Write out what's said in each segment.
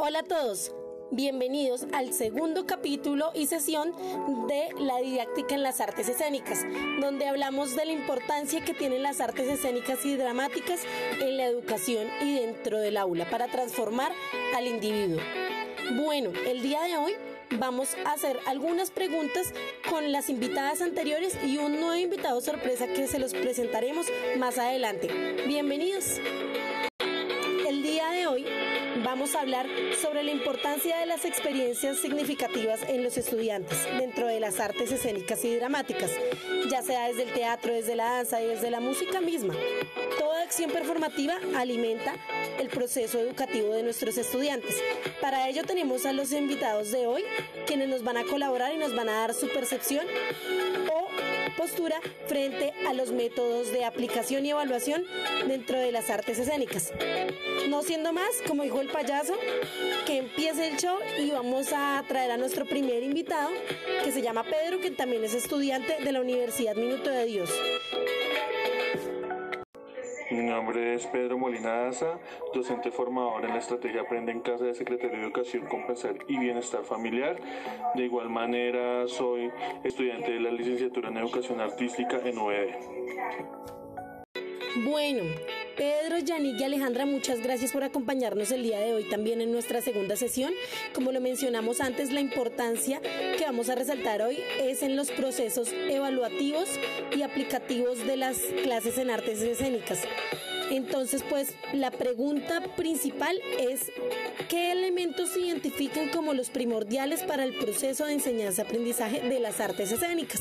Hola a todos, bienvenidos al segundo capítulo y sesión de la didáctica en las artes escénicas, donde hablamos de la importancia que tienen las artes escénicas y dramáticas en la educación y dentro del aula para transformar al individuo. Bueno, el día de hoy vamos a hacer algunas preguntas con las invitadas anteriores y un nuevo invitado sorpresa que se los presentaremos más adelante. Bienvenidos. El día de hoy vamos a hablar sobre la importancia de las experiencias significativas en los estudiantes dentro de las artes escénicas y dramáticas, ya sea desde el teatro, desde la danza y desde la música misma. Toda acción performativa alimenta el proceso educativo de nuestros estudiantes. Para ello tenemos a los invitados de hoy, quienes nos van a colaborar y nos van a dar su percepción o postura frente a los métodos de aplicación y evaluación dentro de las artes escénicas. No siendo más, como dijo el payaso, que empiece el show y vamos a traer a nuestro primer invitado, que se llama Pedro, que también es estudiante de la Universidad Minuto de Dios. Mi nombre es Pedro Molina Daza, docente formador en la estrategia Aprende en Casa de Secretaría de Educación, Compensar y Bienestar Familiar. De igual manera, soy estudiante de la licenciatura en Educación Artística en UED. Bueno, Pedro, Yannick y Alejandra, muchas gracias por acompañarnos el día de hoy también en nuestra segunda sesión. Como lo mencionamos antes, la importancia que vamos a resaltar hoy es en los procesos evaluativos y aplicativos de las clases en artes escénicas. Entonces, pues, la pregunta principal es: ¿qué elementos se identifican como los primordiales para el proceso de enseñanza-aprendizaje de las artes escénicas?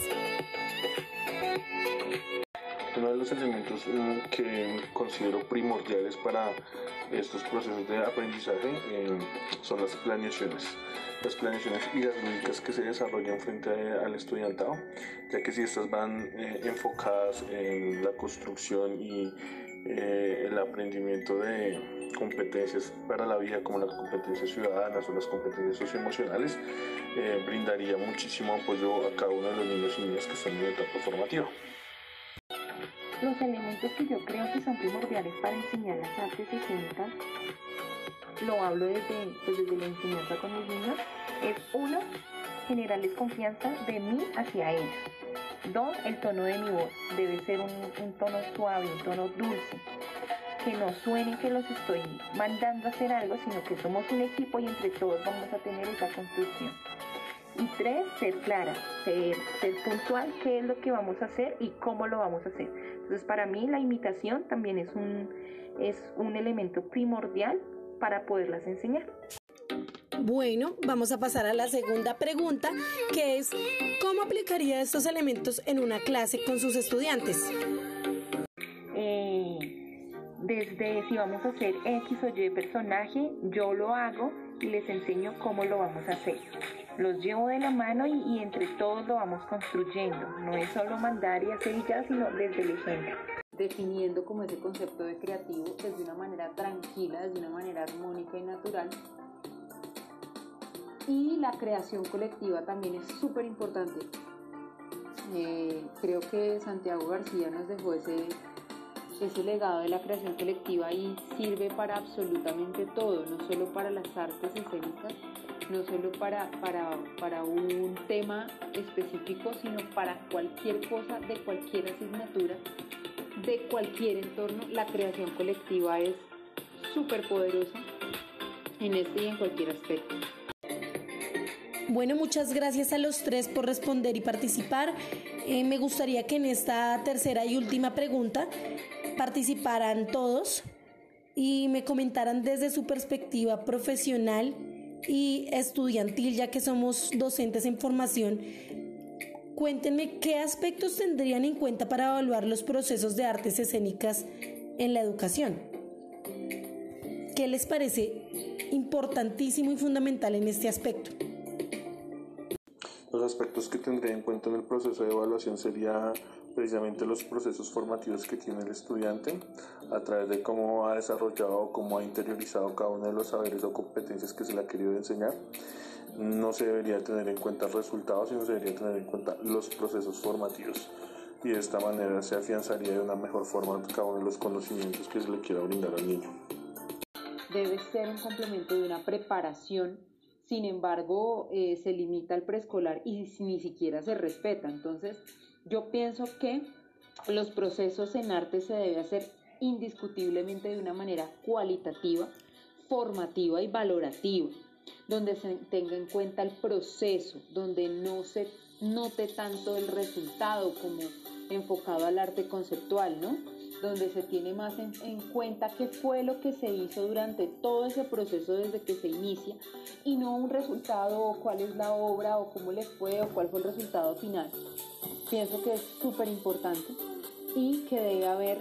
Uno de los elementos que considero primordiales para estos procesos de aprendizaje son las planeaciones y las lógicas que se desarrollan frente al estudiantado, ya que si estas van enfocadas en la construcción y el aprendimiento de competencias para la vida, como las competencias ciudadanas o las competencias socioemocionales, brindaría muchísimo apoyo a cada uno de los niños y niñas que están en la etapa formativa. Los elementos que yo creo que son primordiales para enseñar las artes escénicas, lo hablo desde la enseñanza con mis niños, es uno, generarles confianza de mí hacia ellos. Dos, el tono de mi voz debe ser un tono suave, un tono dulce, que no suene que los estoy mandando a hacer algo, sino que somos un equipo y entre todos vamos a tener esa construcción. Y tres, ser clara, ser puntual, qué es lo que vamos a hacer y cómo lo vamos a hacer. Entonces, para mí la imitación también es un elemento primordial para poderlas enseñar. Bueno, vamos a pasar a la segunda pregunta, que es: ¿cómo aplicaría estos elementos en una clase con sus estudiantes? Desde si vamos a hacer X o Y personaje, yo lo hago y les enseño cómo lo vamos a hacer. Los llevo de la mano y entre todos lo vamos construyendo. No es solo mandar y hacer y ya, sino desde el ejemplo. Definiendo como ese concepto de creativo desde una manera tranquila, desde una manera armónica y natural. Y la creación colectiva también es súper importante. Creo que Santiago García nos dejó ese legado de la creación colectiva y sirve para absolutamente todo, no solo para las artes escénicas, no solo para un tema específico, sino para cualquier cosa, de cualquier asignatura, de cualquier entorno. La creación colectiva es súper poderosa en este y en cualquier aspecto. Bueno, muchas gracias a los tres por responder y participar. Me gustaría que en esta tercera y última pregunta participaran todos y me comentaran desde su perspectiva profesional y estudiantil, ya que somos docentes en formación. Cuéntenme qué aspectos tendrían en cuenta para evaluar los procesos de artes escénicas en la educación. ¿Qué les parece importantísimo y fundamental en este aspecto? Los aspectos que tendría en cuenta en el proceso de evaluación sería precisamente los procesos formativos que tiene el estudiante a través de cómo ha desarrollado o cómo ha interiorizado cada uno de los saberes o competencias que se le ha querido enseñar. No se debería tener en cuenta el resultado, sino se debería tener en cuenta los procesos formativos, y de esta manera se afianzaría de una mejor forma cada uno de los conocimientos que se le quiera brindar al niño. debe ser un complemento de una preparación. Sin embargo, se limita al preescolar y ni siquiera se respeta. Entonces, yo pienso que los procesos en arte se debe hacer indiscutiblemente de una manera cualitativa, formativa y valorativa, donde se tenga en cuenta el proceso, donde no se note tanto el resultado como enfocado al arte conceptual, ¿no? Donde se tiene más en cuenta qué fue lo que se hizo durante todo ese proceso desde que se inicia y no un resultado o cuál es la obra o cómo le fue o cuál fue el resultado final. Pienso que es súper importante y que debe haber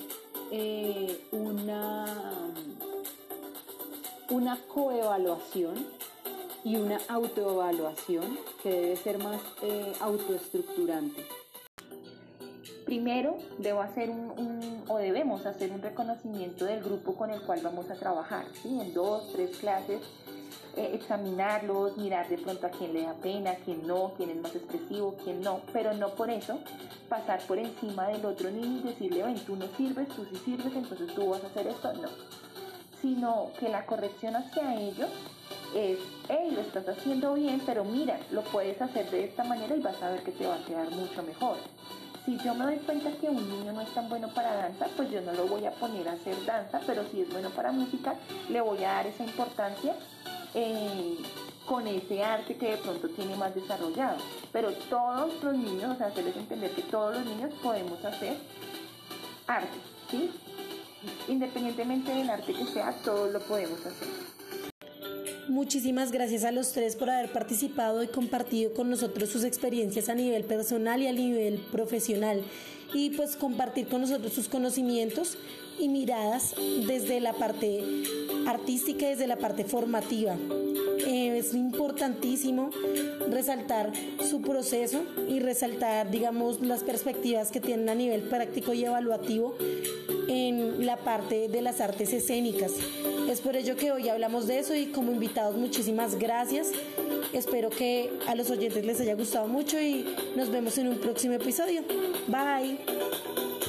una coevaluación y una autoevaluación que debe ser más autoestructurante. Primero, debemos hacer un reconocimiento del grupo con el cual vamos a trabajar, ¿sí? En 2, 3 clases, examinarlos, mirar de pronto a quién le da pena, quién no, quién es más expresivo, quién no, pero no por eso pasar por encima del otro niño y decirle, ven, tú no sirves, tú sí sirves, entonces tú vas a hacer esto, no. Sino que la corrección hacia ellos es, hey, lo estás haciendo bien, pero mira, lo puedes hacer de esta manera y vas a ver que te va a quedar mucho mejor. Si yo me doy cuenta que un niño no es tan bueno para danza, pues yo no lo voy a poner a hacer danza, pero si es bueno para música, le voy a dar esa importancia con ese arte que de pronto tiene más desarrollado. Pero todos los niños, o sea, hacerles entender que todos los niños podemos hacer arte, ¿sí? Independientemente del arte que sea, todos lo podemos hacer. Muchísimas gracias a los tres por haber participado y compartido con nosotros sus experiencias a nivel personal y a nivel profesional y pues compartir con nosotros sus conocimientos y miradas desde la parte artística y desde la parte formativa. Es importantísimo resaltar su proceso y resaltar, digamos, las perspectivas que tienen a nivel práctico y evaluativo en la parte de las artes escénicas. Es por ello que hoy hablamos de eso y como invitados muchísimas gracias. Espero que a los oyentes les haya gustado mucho y nos vemos en un próximo episodio. Bye.